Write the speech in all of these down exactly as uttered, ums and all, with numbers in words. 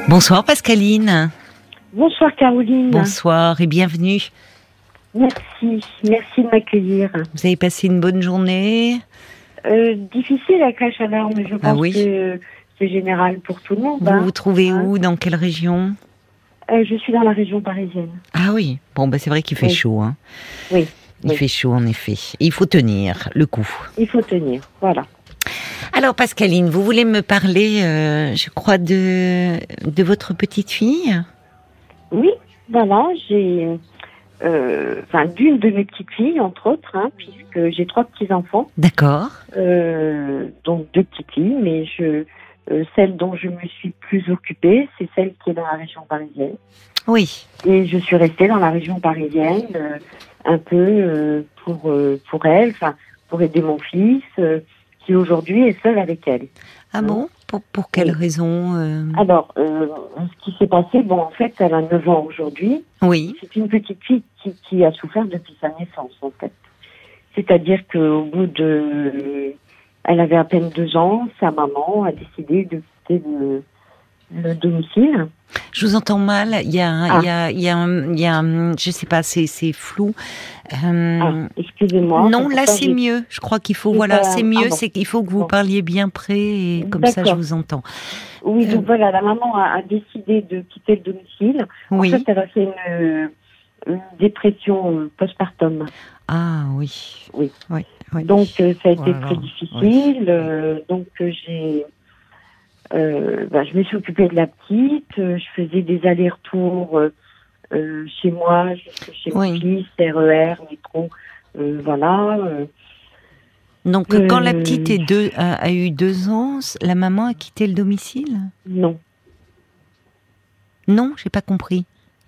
Bonsoir Pascaline. Bonsoir Caroline. Bonsoir et bienvenue. Merci, merci de m'accueillir. Vous avez passé une bonne journée? euh, Difficile avec la chaleur, mais je pense ah oui. que c'est général pour tout le monde. Vous hein. vous trouvez hein. où? Dans quelle région? euh, Je suis dans la région parisienne. Ah oui, bon bah c'est vrai qu'il fait oui. chaud. Hein. Oui. Il oui. fait chaud en effet. Et il faut tenir le coup. Il faut tenir, voilà. Alors Pascaline, vous voulez me parler, euh, je crois, de, de votre petite fille? Oui, voilà, j'ai... Euh, enfin, d'une de mes petites filles, entre autres, hein, puisque j'ai trois petits-enfants. D'accord. Euh, donc deux petites filles, mais je, euh, celle dont je me suis plus occupée, c'est celle qui est dans la région parisienne. Oui. Et je suis restée dans la région parisienne euh, un peu euh, pour, euh, pour elle, enfin, pour aider mon fils, euh, qui aujourd'hui est seul avec elle. Ah bon? Pour, pour quelle oui. raison euh... Alors, euh, ce qui s'est passé, bon, en fait, elle a neuf ans aujourd'hui. Oui. C'est une petite fille qui, qui a souffert depuis sa naissance, en fait. C'est-à-dire qu'au bout de... Elle avait à peine deux ans, sa maman a décidé de quitter le, le domicile. Je vous entends mal. Il y a, ah. il y a, il y a, il y a, je sais pas, c'est, c'est flou. Euh, ah, excusez-moi. Non, là c'est j'ai... mieux. Je crois qu'il faut, voilà, pas... c'est mieux. Ah, bon. C'est qu'il faut que vous bon. parliez bien près et comme D'accord. ça je vous entends. Oui, euh... donc voilà, la maman a, a décidé de quitter le domicile. Oui. En fait, elle a fait une, une dépression postpartum. Ah oui. Oui. oui, oui. Donc euh, ça a été voilà. très difficile. Oui. Euh, donc euh, j'ai, euh, bah, je me suis occupée de la petite. Euh, je faisais des allers-retours euh, euh, chez moi, jusque chez oui. mon fils, R E R, métro, euh, voilà. Euh, Donc euh, quand la petite est deux, a, a eu deux ans, la maman a quitté le domicile? Non. Non, j'ai pas compris.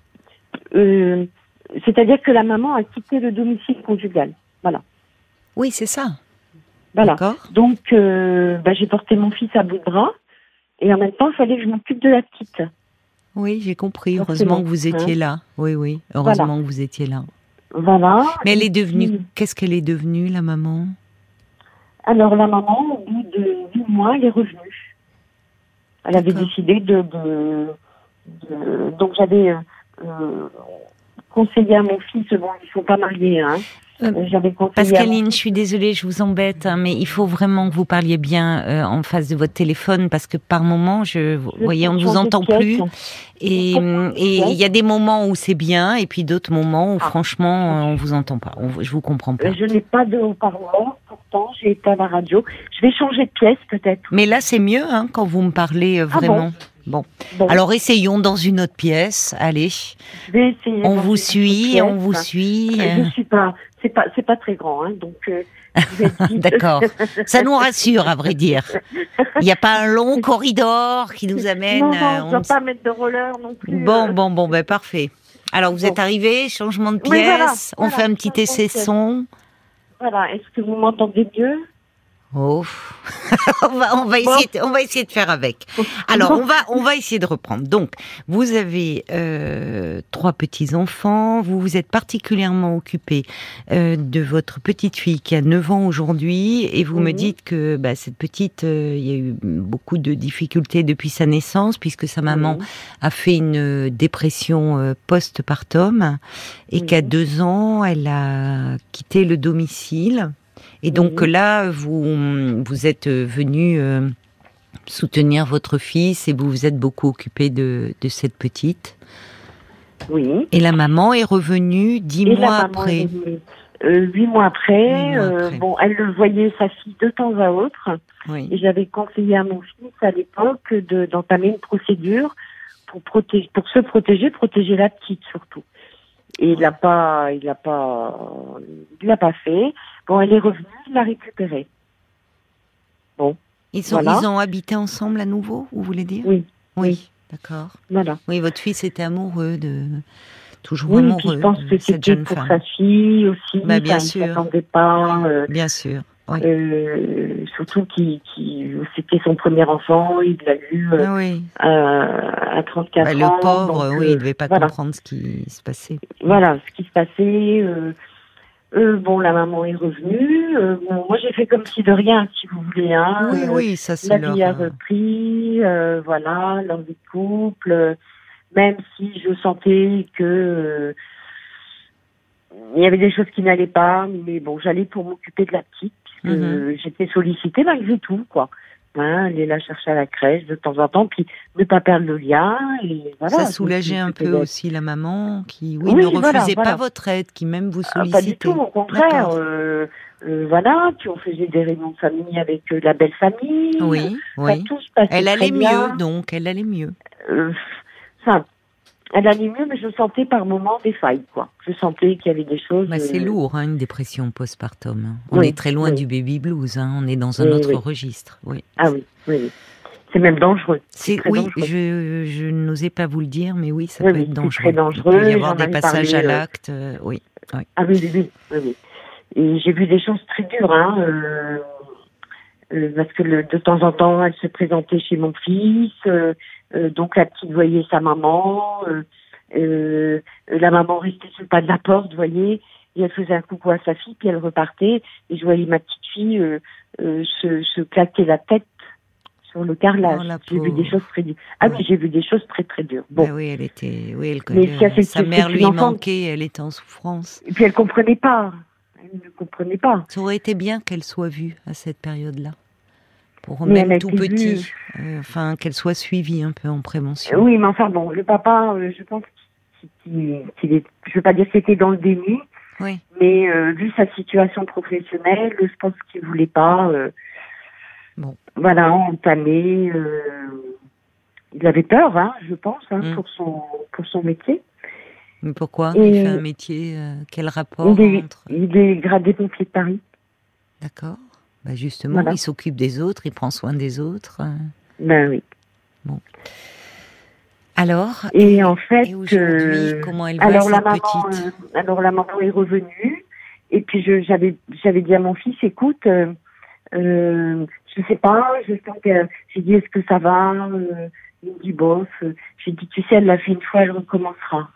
Euh, c'est-à-dire que la maman a quitté le domicile conjugal. Voilà. Oui, c'est ça. Voilà. D'accord. Donc, euh, bah, j'ai porté mon fils à bout de bras et en même temps, il fallait que je m'occupe de la petite. Oui, j'ai compris. Forcément. Heureusement que vous étiez hein. là. Oui, oui. Heureusement voilà. que vous étiez là. Voilà. Mais elle est devenue. Puis, qu'est-ce qu'elle est devenue, la maman? Alors, la maman, au bout de huit mois, elle est revenue. Elle avait D'accord. décidé de, de, de... Donc, j'avais euh, conseillé à mon fils, bon, ils ne sont pas mariés, hein. Euh, J'avais conseillé Pascaline, à... je suis désolée, je vous embête, hein, mais il faut vraiment que vous parliez bien euh, en face de votre téléphone parce que par moment, je, vous je voyez, on ne vous entend plus. Et il y a des moments où c'est bien et puis d'autres moments où, ah. franchement, on vous entend pas. On, je vous comprends pas. Je n'ai pas de haut-parleur, pourtant, j'ai été à la radio. Je vais changer de pièce, peut-être. Mais là, c'est mieux hein, quand vous me parlez euh, vraiment. Ah bon. Bon. bon. Alors, essayons dans une autre pièce. Allez. Je vais essayer. On vous suit, on vous suit. Euh, je suis pas, c'est pas, c'est pas très grand, hein, donc. Euh, D'accord. Ça nous rassure, à vrai dire. Il n'y a pas un long corridor qui nous amène. Non, non, euh, je ne dois pas mettre de roller non plus. Bon, euh... bon, bon, ben parfait. Alors, vous bon. êtes arrivé, changement de pièce, oui, voilà, on voilà, fait un petit essai son. Voilà, est-ce que vous m'entendez mieux? Oh, on va, on va essayer, de, on va essayer de faire avec. Alors, on va, on va essayer de reprendre. Donc, vous avez euh, trois petits enfants. Vous vous êtes particulièrement occupé euh, de votre petite fille qui a neuf ans aujourd'hui, et vous mmh. me dites que bah, cette petite, euh, il y a eu beaucoup de difficultés depuis sa naissance, puisque sa maman mmh. a fait une dépression euh, post-partum, et mmh. qu'à deux ans, elle a quitté le domicile. Et donc oui. là, vous, vous êtes venu euh, soutenir votre fils et vous vous êtes beaucoup occupé de, de cette petite. Oui. Et la maman est revenue dix et mois après. Euh, huit mois après. Huit mois euh, après. Bon, elle le voyait sa fille de temps à autre. Oui. Et j'avais conseillé à mon fils à l'époque de, d'entamer une procédure pour protéger, pour se protéger, protéger la petite surtout. Et il l'a pas, il l'a pas, il l'a pas fait. Bon, elle est revenue, il l'a récupérée. Bon. Ils sont, voilà. ils ont habité ensemble à nouveau, vous voulez dire? Oui. Oui. oui. D'accord. Voilà. Oui, votre fils était amoureux de, toujours oui, amoureux puis je pense de que cette c'était jeune pour femme. sa fille aussi. Bah, bien enfin, sûr. Il ne s'attendait pas. Euh, bien sûr. Oui. Euh, surtout qu'il, qu'il, c'était son premier enfant, il l'a eu euh, ah oui. à, à trente-quatre bah, le ans. Le pauvre, donc, oui, euh, il ne devait pas voilà. comprendre ce qui se passait. Voilà, ce qui se passait. Euh, euh, bon, la maman est revenue. Euh, bon, moi, j'ai fait comme si de rien, si vous voulez. Hein. Oui, euh, oui, ça c'est La leur... vie a repris. euh, voilà, leur vie de couple, euh, même si je sentais que euh, il y avait des choses qui n'allaient pas, mais bon, j'allais pour m'occuper de la petite, puisque Mhm. j'étais sollicitée malgré tout, quoi. Hein, aller la chercher à la crèche de temps en temps, puis ne pas perdre le lien, et voilà. Ça je me suis soulageait un occupée peu d'elle. aussi la maman, qui, oui, ne Oui, voilà, refusait pas voilà. votre aide, qui même vous Ah, pas du tout, sollicitait. au contraire. D'accord. Euh, euh, voilà, puis on faisait des réunions de famille avec euh, la belle famille. Oui, Enfin, oui. tout se passait Elle très allait mieux, bien. donc, elle allait mieux. Euh, enfin, elle allait mieux, mais je sentais par moments des failles, quoi. Je sentais qu'il y avait des choses. Bah, c'est euh, lourd, hein, une dépression postpartum. Hein. On Oui, est très loin oui, du baby blues, hein. On est dans un oui, autre oui. registre. Oui. Ah oui, oui, oui. C'est même dangereux. C'est C'est, très oui, dangereux. je, je n'osais pas vous le dire, mais oui, ça Oui, peut oui, être c'est très dangereux. Il peut y dangereux. avoir J'en des avais passages parlé. à euh, l'acte. euh, oui, oui. Ah oui, oui, oui, oui, oui. Et j'ai vu des choses très dures, hein. Euh, euh, parce que le, de temps en temps, elle se présentait chez mon fils. Euh, euh, donc la petite voyait sa maman. Euh, euh, la maman restait sur le pas de la porte, vous voyez. Et elle faisait un coucou à sa fille, puis elle repartait. Et je voyais ma petite fille euh, euh, se, se claquer la tête sur le carrelage. Oh, la J'ai vu des pauvre. choses très dures. Ah Oui. oui, j'ai vu des choses très très dures. Bon. Bah oui, elle était, oui, elle, Mais elle- si c'est, sa c'est, mère c'est une lui enfant. manquait, elle était en souffrance. Et puis elle comprenait pas. Elle ne comprenait pas. Ça aurait été bien qu'elle soit vue à cette période-là, pour Mais elle même a tout été petit, vue. euh, enfin qu'elle soit suivie un peu en prévention. Oui, mais enfin bon, le papa, euh, je pense qu'il, qu'il est, je veux pas dire qu'il était dans le déni, Oui. mais euh, vu sa situation professionnelle, je pense qu'il voulait pas, euh, Bon. voilà, entamer. Euh, il avait peur, hein, je pense, hein, Mm. pour son pour son métier. Mais pourquoi Et il fait un métier euh, Quel rapport il est, entre il est gradé pompier de Paris. D'accord. Bah justement, Voilà. il s'occupe des autres, il prend soin des autres. euh. Ben oui. Bon. Alors, Et, et, en fait, et aujourd'hui, euh, comment elle va, alors la cette maman, petite euh, alors la maman est revenue. Et puis je, j'avais, j'avais dit à mon fils, écoute, euh, euh, je sais pas, je sens que, j'ai dit, est-ce que ça va? Euh, il me dit, bof. J'ai dit, tu sais, elle l'a fait une fois, elle recommencera.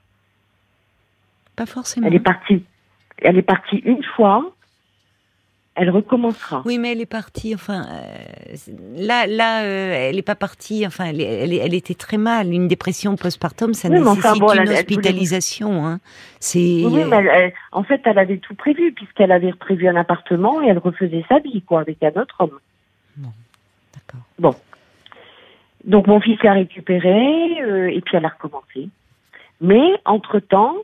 Pas forcément. Elle est partie, elle est partie une fois, elle recommencera. Oui, mais elle est partie. Enfin, euh, là, là, euh, elle n'est pas partie. Enfin, elle, elle, elle était très mal. Une dépression postpartum, ça Oui, mais nécessite enfin, bon, une elle- elle voulait- hospitalisation. Hein. C'est. Oui, oui, mais elle- elle- en fait, elle avait tout prévu, puisqu'elle avait prévu un appartement et elle refaisait sa vie, quoi, avec un autre homme. D'accord. Bon. Donc mon fils l'a récupéré euh, et puis elle a recommencé. Mais entre-temps,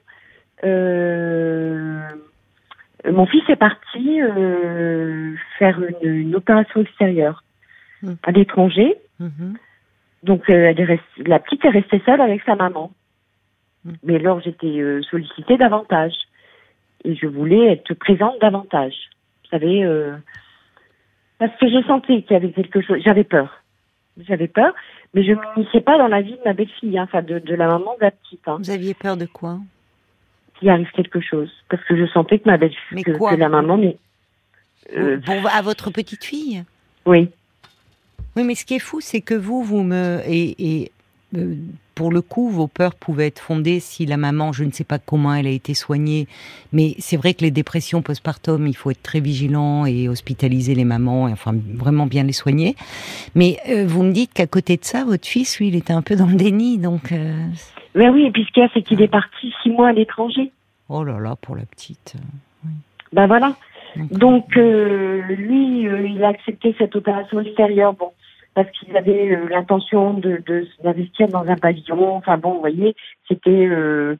euh, mon fils est parti euh, faire une, une opération extérieure Mm. à l'étranger. Mhm. Donc euh, elle est restée- la petite est restée seule avec sa maman. Mm. Mais alors j'étais euh, sollicitée davantage et je voulais être présente davantage. Vous savez, euh, parce que je sentais qu'il y avait quelque chose. J'avais peur. J'avais peur, mais je ne m'initiais pas dans la vie de ma belle-fille, hein, enfin de, de la maman de la petite. Hein, Vous aviez peur de quoi? qu'il arrive quelque chose. Parce que je sentais que ma belle-fille, Mais que, quoi? que la maman, mais... Euh, Pour, à votre petite fille? oui. Oui, mais ce qui est fou, c'est que vous, vous me... Et, et euh, pour le coup, vos peurs pouvaient être fondées si la maman, je ne sais pas comment elle a été soignée, mais c'est vrai que les dépressions postpartum, il faut être très vigilant et hospitaliser les mamans, et enfin vraiment bien les soigner. Mais euh, vous me dites qu'à côté de ça, votre fils, lui, il était un peu dans le déni, donc... Euh... Mais oui, et puis ce qu'il y a, c'est qu'il est parti six mois à l'étranger. Oh là là, pour la petite. Oui. Ben voilà. Donc, Donc, euh, lui, euh, il a accepté cette opération extérieure, bon, parce qu'il avait euh, l'intention de, de d'investir dans un pavillon. Enfin bon, vous voyez, c'était... Euh,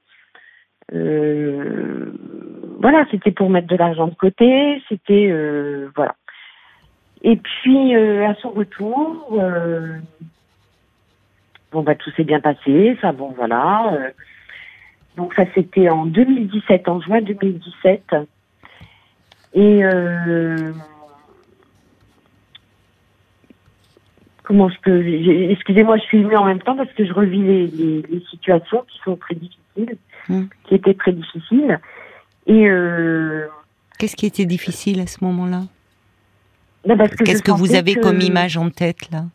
euh, voilà, c'était pour mettre de l'argent de côté, c'était... Euh, voilà. Et puis, euh, à son retour... Euh, bon, bah, tout s'est bien passé, ça, bon, voilà. Euh, donc, ça, c'était en deux mille dix-sept, en juin deux mille dix-sept. Et, euh, comment je peux... j'ai- Excusez-moi, je suis émue en même temps parce que je revis les, les, les situations qui sont très difficiles, Hmm. qui étaient très difficiles. Et, euh, qu'est-ce qui était difficile à ce moment-là? ben, parce que Qu'est-ce je que vous sentais avez que- comme image en tête, là?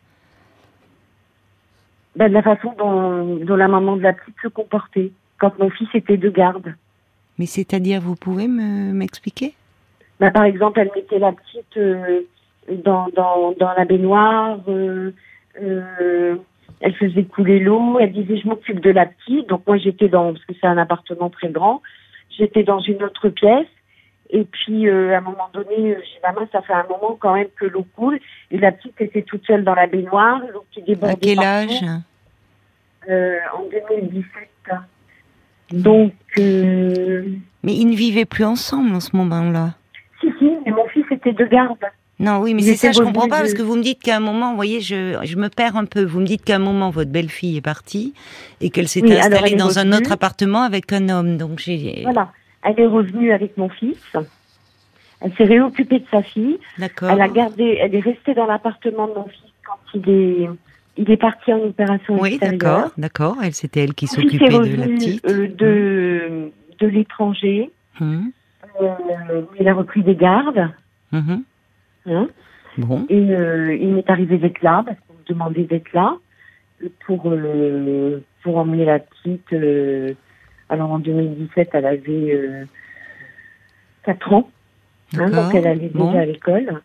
ben, de la façon dont, dont la maman de la petite se comportait quand mon fils était de garde. Mais c'est-à-dire, vous pouvez me, m'expliquer? Ben, par exemple, elle mettait la petite euh, dans, dans, dans la baignoire, euh, Euh, elle faisait couler l'eau. Elle disait je m'occupe de la petite. Donc moi j'étais dans, parce que c'est un appartement très grand, j'étais dans une autre pièce. Et puis euh, à un moment donné, j'ai dit maman, ça fait un moment quand même que l'eau coule. Et la petite était toute seule dans la baignoire, l'eau qui débordait. À quel partout. âge? euh, En deux mille dix-sept. Donc. Euh... Mais ils ne vivaient plus ensemble en ce moment-là. Si si, mais mon fils était de garde. Non, oui, mais Il c'est était ça, je comprends revenu pas, de- parce que vous me dites qu'à un moment, vous voyez, je, je me perds un peu. Vous me dites qu'à un moment, votre belle-fille est partie et qu'elle s'est Oui, alors installée elle est dans un revenue. autre appartement avec un homme. Donc j'ai. Voilà. Elle est revenue avec mon fils. Elle s'est réoccupée de sa fille. D'accord. Elle a gardé, elle est restée dans l'appartement de mon fils quand il est, il est parti en opération Oui, extérieure. d'accord, d'accord. Elle, c'était elle qui Mon fils est s'occupait de revenu, la petite. euh, de, de l'étranger. Hum, Euh, il a repris des gardes. hum, Hein, Bon, et euh, il m'est arrivé d'être là, parce qu'on me demandait d'être là, pour, euh, pour emmener la petite. Euh, alors en deux mille dix-sept, elle avait euh, quatre ans. Hein, d'accord. donc elle allait Bon. déjà à l'école.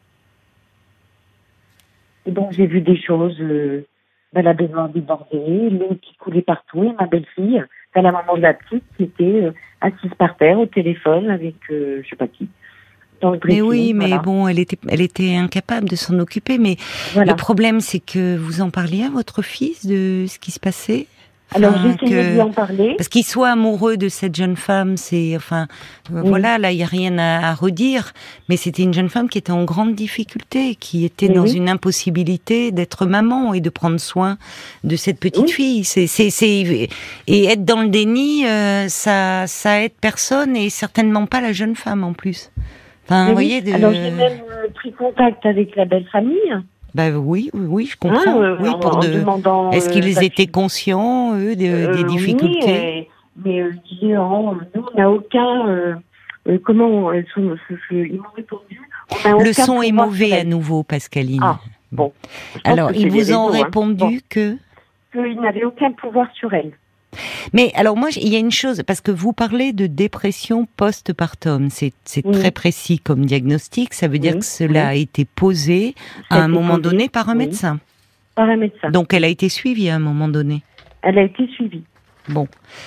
Et donc j'ai vu des choses, euh, ben, la baignoire débordée, l'eau qui coulait partout, et ma belle-fille, enfin, la maman de la petite, qui était euh, assise par terre au téléphone avec euh, je sais pas qui, dans le Mais dressing, oui, mais voilà. bon, elle était, elle était incapable de s'en occuper. Mais Voilà. le problème, c'est que vous en parliez à votre fils de ce qui se passait. Alors Enfin, j'ai essayé que- de lui en parler. Parce qu'il soit amoureux de cette jeune femme, c'est, enfin, euh, Oui. voilà, là, il y a rien à, à redire. Mais c'était une jeune femme qui était en grande difficulté, qui était Mais dans oui. une impossibilité d'être maman et de prendre soin de cette petite Oui. fille. C'est, c'est, c'est, et être dans le déni, euh, ça, ça aide personne et certainement pas la jeune femme en plus. Enfin, Mais vous oui. voyez, de... Alors j'ai même euh, pris contact avec la belle famille. Bah oui, oui, oui, je comprends. Hein, euh, oui, en, pour en de. demandant. Est-ce euh, qu'ils sa étaient fille. conscients eux de- Euh, des difficultés? Oui, euh, mais euh, ils disaient, oh, nous on n'a aucun. Euh, euh, comment euh, sont- ce- ce- ils m'ont répondu. On n'a Le aucun son est pouvoir mauvais sur à elle. nouveau, Pascaline. Ah, bon. Je pense Alors, que ils c'est les vous ont réseaux, hein. répondu Bon. que. Qu'ils n'avaient aucun pouvoir sur elle. Mais alors moi, il y a une chose, parce que vous parlez de dépression post-partum, c'est c'est Oui. très précis comme diagnostic, ça veut dire Oui, que cela oui. a été posé Ça à a un été moment posé, donné par un oui. médecin. Par un médecin. Donc elle a été suivie à un moment donné. Elle a été suivie. Bon.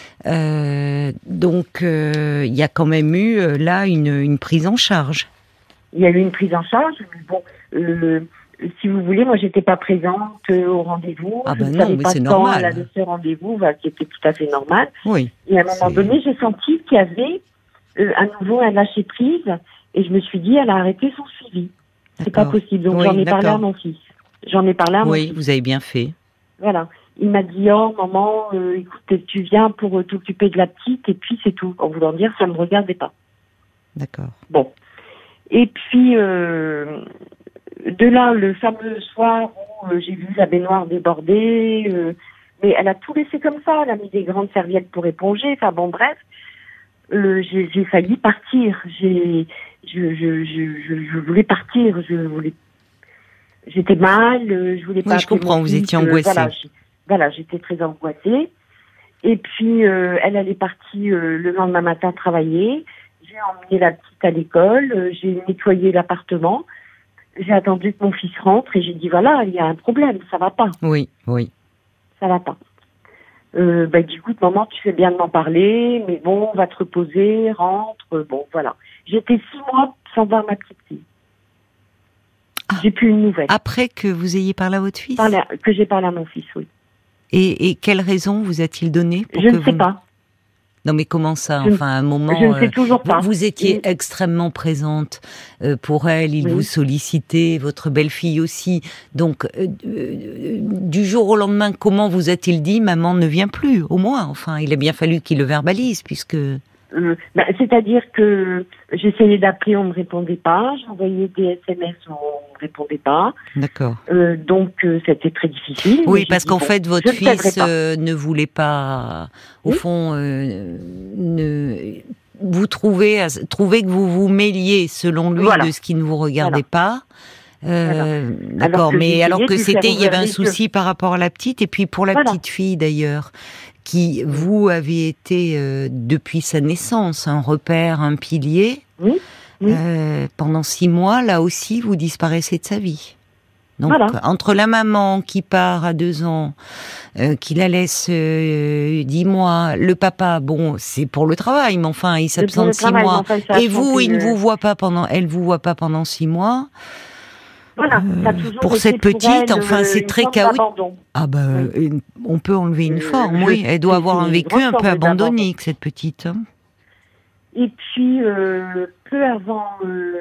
Euh, donc euh, il y a quand même eu euh, là une, une prise en charge. Il y a eu une prise en charge, mais bon, euh, si vous voulez, moi j'étais pas présente euh, au rendez-vous. Ah je ben ne non, savais mais pas c'est quand normal. elle avait ce rendez-vous, bah, qui était tout à fait normal. Oui. Et à un moment C'est- donné, j'ai senti qu'il y avait euh, à nouveau un lâcher prise, et je me suis dit, elle a arrêté son suivi. C'est pas D'accord. possible. Donc Oui, j'en ai parlé d'accord. à mon fils. J'en ai parlé à mon Oui, fils. vous avez bien fait. Voilà. Il m'a dit, oh maman, euh, écoute, tu viens pour euh, t'occuper de la petite, et puis c'est tout. En voulant dire, ça me regardait pas. D'accord. Bon. Et puis, euh, de là, le fameux soir où euh, j'ai vu la baignoire déborder, euh, mais elle a tout laissé comme ça. Elle a mis des grandes serviettes pour éponger. Enfin bon, bref, euh, j'ai, j'ai failli partir. J'ai, je, je, je, je, je voulais partir. Je voulais, j'étais mal. euh, Je voulais pas. Oui, je appeler comprends, mon vous fils, étiez euh, angoissée. voilà, j'ai- voilà, j'étais très angoissée. Et puis, euh, elle, elle est partie euh, le lendemain matin travailler. J'ai emmené la petite à l'école, euh, j'ai nettoyé l'appartement, j'ai attendu que mon fils rentre et j'ai dit voilà, il y a un problème, ça va pas, Oui, oui. ça va pas. Euh, bah, du coup, maman, tu fais bien de m'en parler, mais bon, on va te reposer, rentre, euh, bon, voilà. J'étais six mois sans voir ma petite fille. Ah. J'ai plus une nouvelle. Après que vous ayez parlé à votre fils. Parlé à- que j'ai parlé à mon fils, oui. Et, et quelle raison vous a-t-il donné pour Je que ne sais vous... pas. Non mais comment ça? Je ne- Enfin, à un moment, je ne sais euh, toujours vous, pas. vous étiez Et- extrêmement présente euh, pour elle. Il Oui. vous sollicitait, votre belle-fille aussi. Donc, euh, euh, du jour au lendemain, comment vous a-t-il dit maman ne vient plus? Au moins, enfin, il a bien fallu qu'il le verbalise puisque. Euh, bah, c'est-à-dire que j'essayais d'appeler, on ne me répondait pas. J'envoyais des S M S, on ne me répondait pas. D'accord. Euh, donc, euh, c'était très difficile. mais Oui, j'ai parce dit, qu'en bon, fait, votre je ne céderai fils pas. euh, ne voulait pas, au Oui. fond, euh, ne, vous trouvez, trouvez que vous vous mêliez, selon lui, Voilà. de ce qui ne vous regardait pas. Euh, Alors D'accord, que mais j'ai alors essayé que de lui faire c'était, il y avait ouvrir un les souci par rapport à la petite, et puis pour la Voilà. petite fille d'ailleurs, qui vous avez été euh, depuis sa naissance un repère, un pilier. Oui, oui. Euh, pendant six mois, là aussi, vous disparaissez de sa vie. Donc, Voilà. entre la maman qui part à deux ans, euh, qui la laisse euh, dix mois, le papa, bon, c'est pour le travail, mais enfin, il C'est pour s'absente le six travail, mais mois. enfin, ça Et a vous, changé, il ne euh, vous voit pas pendant, elle vous voit pas pendant six mois. Voilà, ça a toujours Pour été cette petite, elle, enfin, euh, c'est une très forme chaotique. d'abandon. Ah bah, Oui. une- on peut enlever une Euh, forme, je- oui. Elle doit c'est- avoir c'est un une vécu grosse un peu forme d'abandon. abandonnique, cette petite. hein. Et puis, euh, peu avant euh,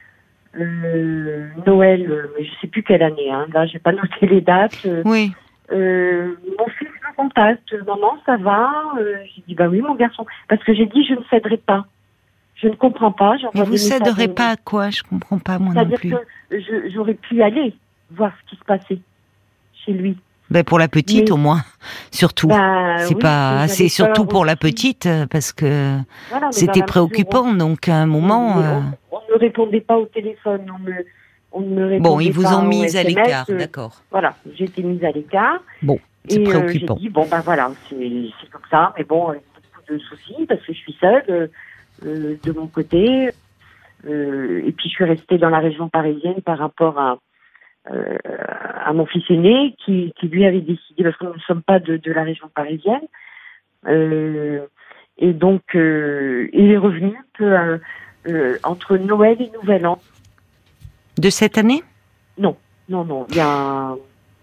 euh, Noël, euh, mais je sais plus quelle année, hein, là, j'ai pas noté les dates. euh, Oui. euh, mon fils me contacte, maman, ça va euh, J'ai dit, bah oui, mon garçon, parce que j'ai dit, je ne céderai pas. Je ne comprends pas. Mais J'envoie vous des messages. céderez pas à quoi? Je comprends pas, moi non C'est-à-dire plus. que je- j'aurais pu aller voir ce qui se passait chez lui. Ben pour la petite, Mais- au moins, surtout. Bah, c'est oui, pas, mais c'est j'avais surtout peur pour la aussi. petite euh, parce que Voilà, mais dans c'était la mesure où- préoccupant. Donc à un moment, Mais euh, on, on ne répondait pas au téléphone, on me, on ne répondait bon, ils vous pas ont au mise à S M S, l'écart, euh, d'accord. Voilà, j'ai été mise à l'écart. Bon, c'est Et euh, j'ai préoccupant. dit, bon, ben voilà, c'est c'est comme ça, mais bon, il y a beaucoup de soucis parce que je suis seule euh, euh, de mon côté. Euh, et puis je suis restée dans la région parisienne par rapport à, euh, à mon fils aîné qui, qui lui avait décidé, parce que nous ne sommes pas de, de la région parisienne. Euh, et donc, euh, il est revenu que, euh, euh, entre Noël et Nouvel An. De cette année, Non, non, non, il y a...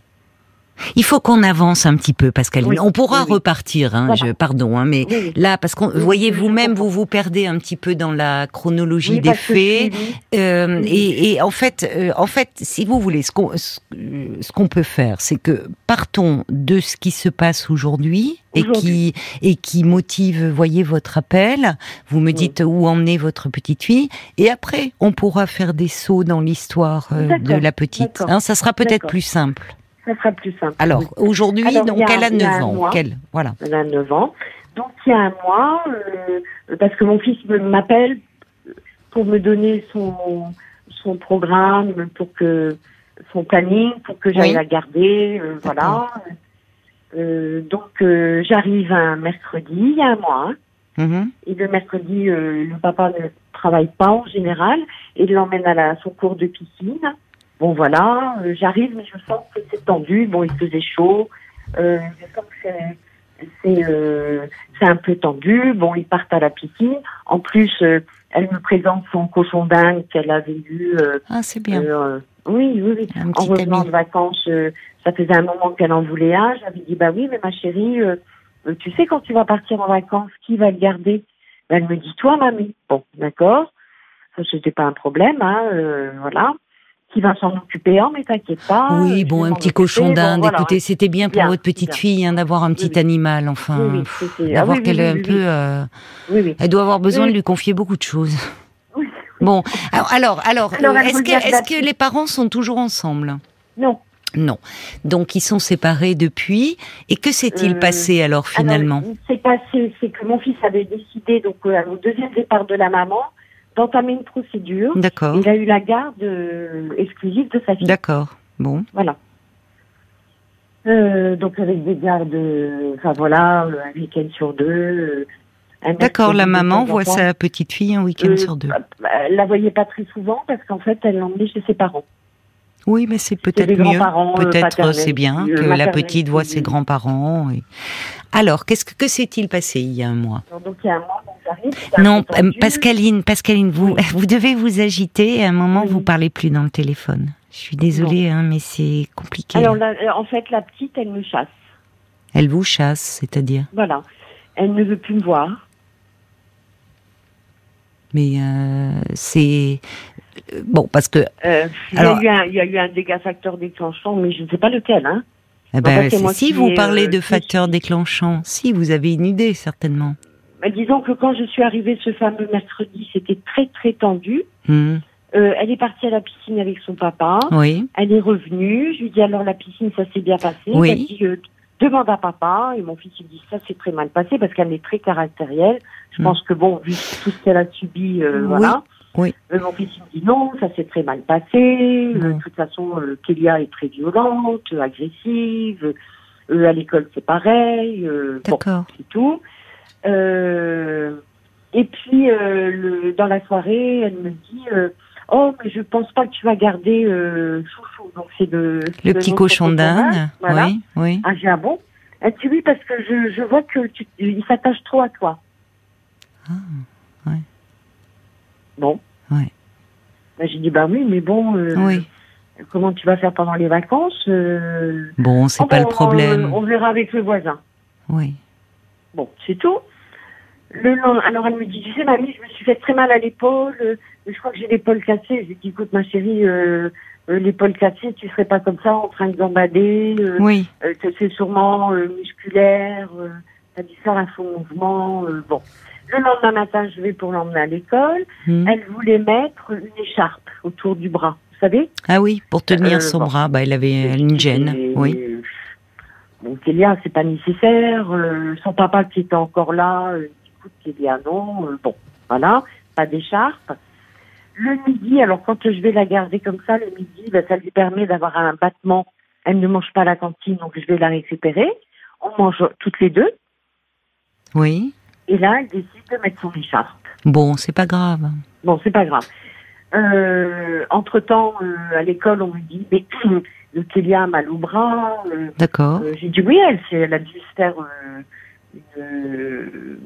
il faut qu'on avance un petit peu, Pascaline. Oui, On pourra oui, oui. repartir. Hein, Voilà. je, pardon, hein, mais Oui, oui. là, parce qu'on, Oui, voyez oui, je vous-même, comprends. vous vous perdez un petit peu dans la chronologie Oui, des parce que faits. je suis- Euh, Oui. et, et en fait, euh, en fait, si vous voulez, ce qu'on ce, ce qu'on peut faire, c'est que partons de ce qui se passe aujourd'hui et Aujourd'hui. qui et qui motive, voyez, votre appel. Vous me dites où en est votre petite fille, et après, on pourra faire des sauts dans l'histoire euh, de D'accord, la petite. d'accord, Hein, ça sera peut-être d'accord. plus simple. Ça sera plus simple. Alors oui. aujourd'hui, Alors, donc il y a- elle a il y a neuf un ans. mois. Quelle, voilà. Elle a neuf ans. Donc, il y a un mois, euh, parce que mon fils me- m'appelle pour me donner son, son programme, pour que son planning, pour que j'aille Oui. la garder, euh, voilà. Euh, donc, euh, j'arrive un mercredi, il y a un mois, hein. Mhm. Et le mercredi, euh, le papa ne travaille pas en général, et il l'emmène à la, son cours de piscine. Bon, voilà, euh, j'arrive, mais je sens que c'est tendu. Bon, il faisait chaud. Euh, je sens que c'est, c'est, euh, c'est un peu tendu. Bon, ils partent à la piscine. En plus, euh, elle me présente son cochon d'Inde qu'elle avait eu. Euh, Ah, c'est bien. euh, oui, oui, oui. Un En petit revenant ami. de vacances, euh, ça faisait un moment qu'elle en voulait un. J'avais dit, bah oui, mais ma chérie, euh, euh, tu sais, quand tu vas partir en vacances, qui va le garder? Ben, elle me dit, toi, mamie. Bon, d'accord. Ça, c'était pas un problème, hein, euh, voilà. Qui va s'en occuper? Oh, mais t'inquiète pas. euh, Oui, je bon, vais un m'en petit occuper. cochon Bon, d'Inde. voilà. Écoutez, c'était bien pour Bien, votre petite bien. fille hein, d'avoir un petit oui. animal. Enfin, Oui, oui, pff, c'était- d'avoir ah oui, qu'elle oui, ait un oui, peu. oui. euh, Oui, oui. Elle doit avoir besoin Oui. de lui confier beaucoup de choses. Oui. Bon, alors, alors, alors, Alors, euh, elle est-ce que, regarde est-ce la que petite. les parents sont toujours ensemble? Non. Non. Donc, ils sont séparés depuis. Et que s'est-il Euh, passé alors finalement? Alors, c'est passé, c'est que mon fils avait décidé, donc, euh, au deuxième départ de la maman, d'entamer une procédure. D'accord. Il a eu la garde euh, exclusive de sa fille. D'accord. Bon. Voilà. Euh, donc avec des gardes, euh, enfin voilà, euh, un week-end sur deux. euh, un D'accord. La mercredi de maman temps en voit temps. sa petite fille un week-end Euh, sur deux. bah, Elle la voyait pas très souvent parce qu'en fait, elle l'emmenait chez ses parents. Oui, mais c'est des peut-être mieux. grands-parents, euh, Peut-être paternels, c'est bien euh, que la maternels, petite voit oui. ses grands-parents. et- Alors, qu'est-ce que, que s'est-il passé il y a un mois? Alors, donc il y a un mois, donc j'arrive. c'est un Non, peu tendu. euh, Pascaline, Pascaline, vous, Oui. vous devez vous agiter. À un moment, Oui. vous parlez plus dans le téléphone. Je suis désolée, hein, mais c'est compliqué. Alors la- euh, en fait, la petite, elle me chasse. Elle vous chasse, c'est-à-dire? Voilà. Elle ne veut plus me voir. Mais euh, c'est euh, bon parce que Euh, il, Alors- y a eu un, il y a eu un dégât facteur déclenchant, mais je ne sais pas lequel. Hein. eh En ben, fait, c'est c'est- moi si qui vous ai, parlez euh, de qui- facteurs déclenchants, si vous avez une idée certainement. Mais disons que quand je suis arrivée ce fameux mercredi, c'était très très tendu. Hmm, Euh, elle est partie à la piscine avec son papa. Oui, Elle est revenue. Je lui dis alors la piscine, ça s'est bien passé. Oui. Elle dit euh, demande à papa. Et mon fils il dit ça c'est très mal passé parce qu'elle est très caractérielle. Je Mm. pense que bon vu tout ce qu'elle a subi, euh, Oui. voilà. oui. Euh, mon fils il me dit non, ça s'est très mal passé. Euh, Mm. de toute façon, euh, Kélia est très violente, euh, agressive. Euh, à l'école c'est pareil. Euh, bon, D'accord. c'est tout. Euh, et puis euh, le, dans la soirée, elle me dit. Euh, oh, mais je pense pas que tu vas garder euh, Chouchou. Donc c'est le, le petit cochon d'Inde. Voilà. Oui, oui. Ah, j'ai ah bon. Elle dit oui parce que je, je vois que tu, il s'attache trop à toi. Ah, ouais. Bon. Ouais. Ben, j'ai dit bah oui, mais bon. Euh, oui. Comment tu vas faire pendant les vacances euh... Bon, c'est oh, pas bon, le problème. Euh, on verra avec le voisin. Oui. Bon, c'est tout. Le long... Alors elle me dit, tu sais, mamie, je me suis fait très mal à l'épaule. Euh, je crois que j'ai l'épaule cassée. Je lui dis, écoute, ma chérie, euh, euh, l'épaule cassée, tu serais pas comme ça en train de gambader. Euh, oui. Euh, c'est sûrement euh, musculaire. Euh, t'as dû faire un faux mouvement. Euh, bon. Le lendemain matin, je vais pour l'emmener à l'école. Mmh. Elle voulait mettre une écharpe autour du bras. Vous savez ? Ah oui, pour tenir euh, son bon. bras, bah, elle avait une gêne, et, oui. Bon, Kélia, c'est pas nécessaire. Euh, son papa qui était encore là, euh, écoute, Kélia, non. Euh, bon, voilà, pas d'écharpe. Le midi, alors quand je vais la garder comme ça, le midi, bah, ça lui permet d'avoir un battement. Elle ne mange pas à la cantine, donc je vais la récupérer. On mange toutes les deux. Oui. Et là, elle décide de mettre son écharpe. Bon, c'est pas grave. Bon, c'est pas grave. Euh, entre-temps, euh, à l'école, on me dit, mais le Kélia a mal au bras. Euh, D'accord. Euh, j'ai dit oui, elle, elle a dû se faire euh, une,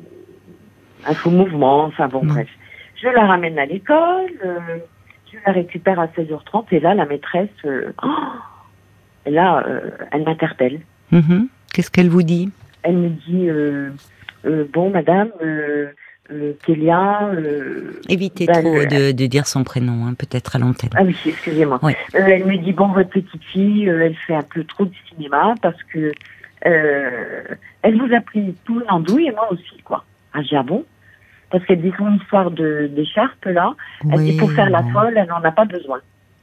un faux mouvement. Enfin bon, mmh. bref. Je la ramène à l'école, euh, je la récupère à seize heures trente et là, la maîtresse, euh, oh, et là, euh, elle m'interpelle. Mmh. Qu'est-ce qu'elle vous dit ? Elle me dit, euh, euh, bon, madame, euh, euh, Kélia... Euh, Évitez ben, trop euh, de, de dire son prénom, hein, peut-être à l'antenne. Ah oui, excusez-moi. Oui. Euh, elle me dit, bon, votre petite fille, euh, elle fait un peu trop de cinéma parce que euh, elle vous a pris tout l'andouille et moi aussi, quoi. Ah, j'ai ah bon ? Parce qu'elle dit son histoire de, d'écharpe, là. Elle oui, dit, pour faire la bon. folle, elle n'en a pas besoin.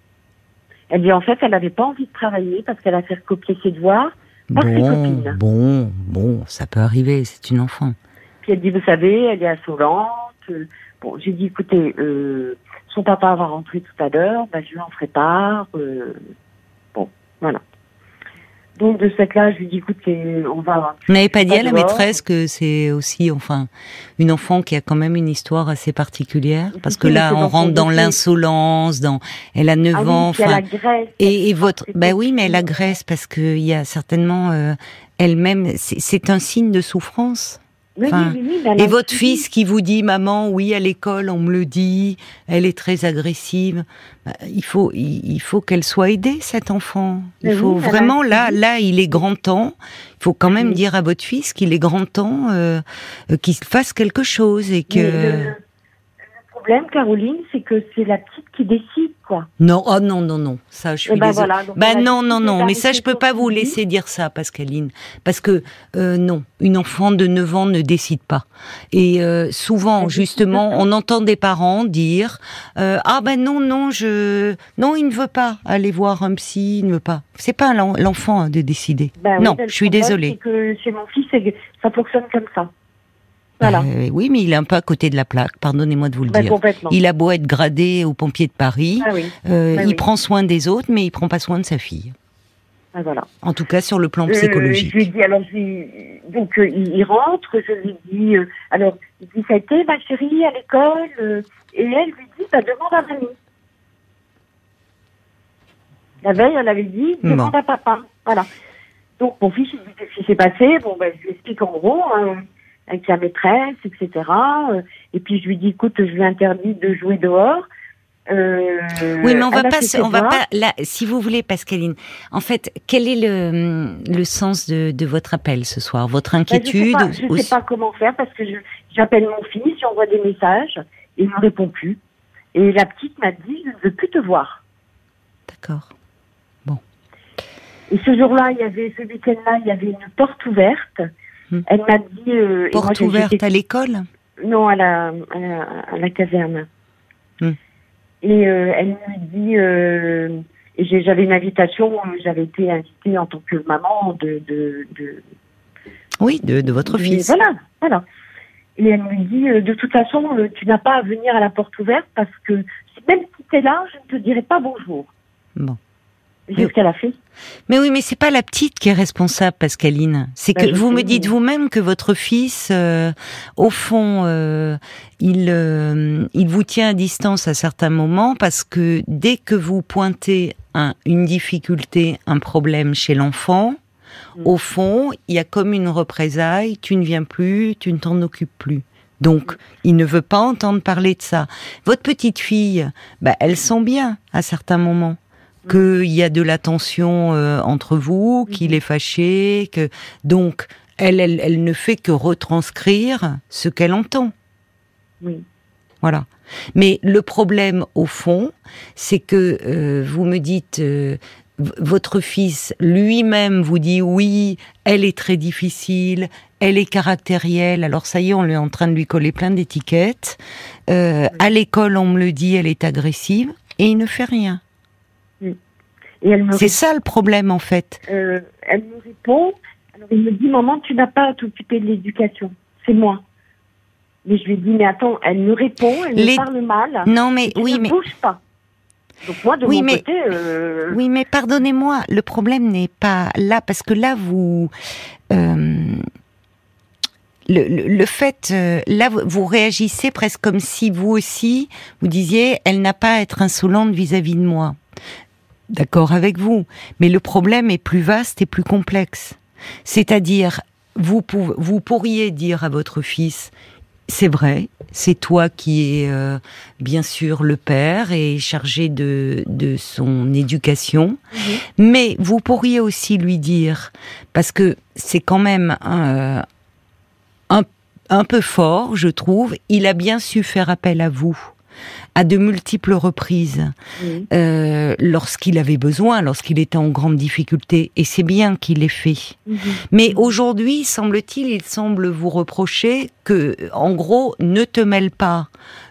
Elle dit, en fait, elle n'avait pas envie de travailler parce qu'elle a fait copier ses devoirs par bon, ses copines. Bon, bon, ça peut arriver, c'est une enfant. Puis elle dit, vous savez, elle est insolente. Bon, j'ai dit, écoutez, euh, son papa va rentrer tout à l'heure, ben, je lui en ferai part. Euh, bon, voilà. Donc, de cette là, je lui dis, écoutez, on va... Vous n'avez pas dit à la maîtresse que c'est aussi, enfin, une enfant qui a quand même une histoire assez particulière ? Parce que là, on rentre dans l'insolence, dans... Elle a neuf ans, enfin... Et, et votre... Ben oui, mais elle agresse parce qu'il y a certainement... Euh, elle-même, c'est, c'est un signe de souffrance. Enfin, oui, oui, oui, et votre fils qui vous dit, maman, oui, à l'école, on me le dit, elle est très agressive. Bah, il faut, il, il faut qu'elle soit aidée, cette enfant. Il mais faut oui, vraiment, là, là, il est grand temps. Il faut quand même oui. dire à votre fils qu'il est grand temps euh, euh, qu'il fasse quelque chose et que. Le, le problème, Caroline, c'est que c'est la petite qui décide, quoi. Non, oh non, non, non, ça, je suis ben désolée. Voilà, bah non, non, non, mais ça, je peux pas vous laisser dire ça, Pascaline, parce que euh, non, une enfant de neuf ans ne décide pas. Et euh, souvent, elle justement, on entend des parents dire euh, ah ben non, non, je, non, il ne veut pas aller voir un psy, il ne veut pas. C'est pas l'enfant hein, de décider. Ben non, oui, je suis désolée. C'est que chez mon fils, ça fonctionne comme ça. Voilà. Euh, oui, mais il est un peu à côté de la plaque, pardonnez-moi de vous le ben, dire. Il a beau être gradé aux pompiers de Paris, ah oui. euh, ben il oui. prend soin des autres, mais il prend pas soin de sa fille. Ben voilà. En tout cas, sur le plan psychologique. Euh, je lui dis, alors, je lui, donc, euh, il, il rentre, je lui dis, euh, alors, il dit, ça a été, ma chérie, à l'école, euh, et elle lui dit, bah, demande à mamie. La veille, elle avait dit, demande bon. à papa. Voilà. Donc, mon fils, il dit, qu'est-ce qui s'est passé? Bon, ben, je lui explique en gros, hein, avec la maîtresse, et cetera. Et puis, je lui dis, écoute, je lui interdis de jouer dehors. Euh, oui, mais on va pas, on va pas, là, si vous voulez, Pascaline. En fait, quel est le, le sens de, de votre appel ce soir? Votre inquiétude? Ben, je ne sais, sais pas comment faire parce que je, j'appelle mon fils, j'envoie des messages, et il ne me répond plus. Et la petite m'a dit, je ne veux plus te voir. D'accord. Bon. Et ce jour-là, il y avait, ce week-end-là, il y avait une porte ouverte. Hum. Elle m'a dit... Euh, porte et moi, ouverte à l'école? Non, à la, à la, à la caserne. Hum. Et euh, elle me dit... Euh, et j'ai, j'avais une invitation, j'avais été invitée en tant que maman de... de, de oui, de, de votre de, fils. Voilà, voilà. Et elle me dit, euh, de toute façon, euh, tu n'as pas à venir à la porte ouverte parce que même si tu es là, je ne te dirai pas bonjour. Bon. C'est ce qu'elle a fait. Mais oui, mais c'est pas la petite qui est responsable, Pascaline. C'est que Ben, vous sais, me dites mais... vous-même que votre fils, euh, au fond, euh, il, euh, il vous tient à distance à certains moments parce que dès que vous pointez un, une difficulté, un problème chez l'enfant, mmh. au fond, il y a comme une représaille. Tu ne viens plus, tu ne t'en occupes plus. Donc, mmh. il ne veut pas entendre parler de ça. Votre petite fille, bah, elle sent bien à certains moments qu'il y a de la tension euh, entre vous, qu'il est fâché, que donc elle, elle, elle ne fait que retranscrire ce qu'elle entend. Oui. Voilà. Mais le problème, au fond, c'est que euh, vous me dites, euh, v- votre fils lui-même vous dit oui, elle est très difficile, elle est caractérielle. Alors ça y est, on est en train de lui coller plein d'étiquettes. Euh, oui. À l'école, on me le dit, elle est agressive, et il ne fait rien. Et elle me c'est répond, ça le problème en fait. Euh, elle me répond, alors il me dit, maman, tu n'as pas à t'occuper de l'éducation, c'est moi. Mais je lui dis, mais attends, elle me répond, elle Les... me parle mal. Non mais tu oui ne mais bouge pas. Donc moi de oui, mon mais... côté. Euh... Oui mais pardonnez-moi, le problème n'est pas là parce que là vous. Euh... Le, le, le fait, euh, là, vous, vous réagissez presque comme si vous aussi, vous disiez, elle n'a pas à être insolente vis-à-vis de moi. D'accord avec vous, mais le problème est plus vaste et plus complexe. C'est-à-dire, vous, pouvez, vous pourriez dire à votre fils, c'est vrai, c'est toi qui es euh, bien sûr le père et chargé de, de son éducation, mmh. mais vous pourriez aussi lui dire, parce que c'est quand même euh, un, un peu fort, je trouve, il a bien su faire appel à vous. À de multiples reprises, oui. euh, lorsqu'il avait besoin, lorsqu'il était en grande difficulté, et c'est bien qu'il l'ait fait. Mmh. Mais mmh. aujourd'hui, semble-t-il, il semble vous reprocher que, en gros, ne te mêle pas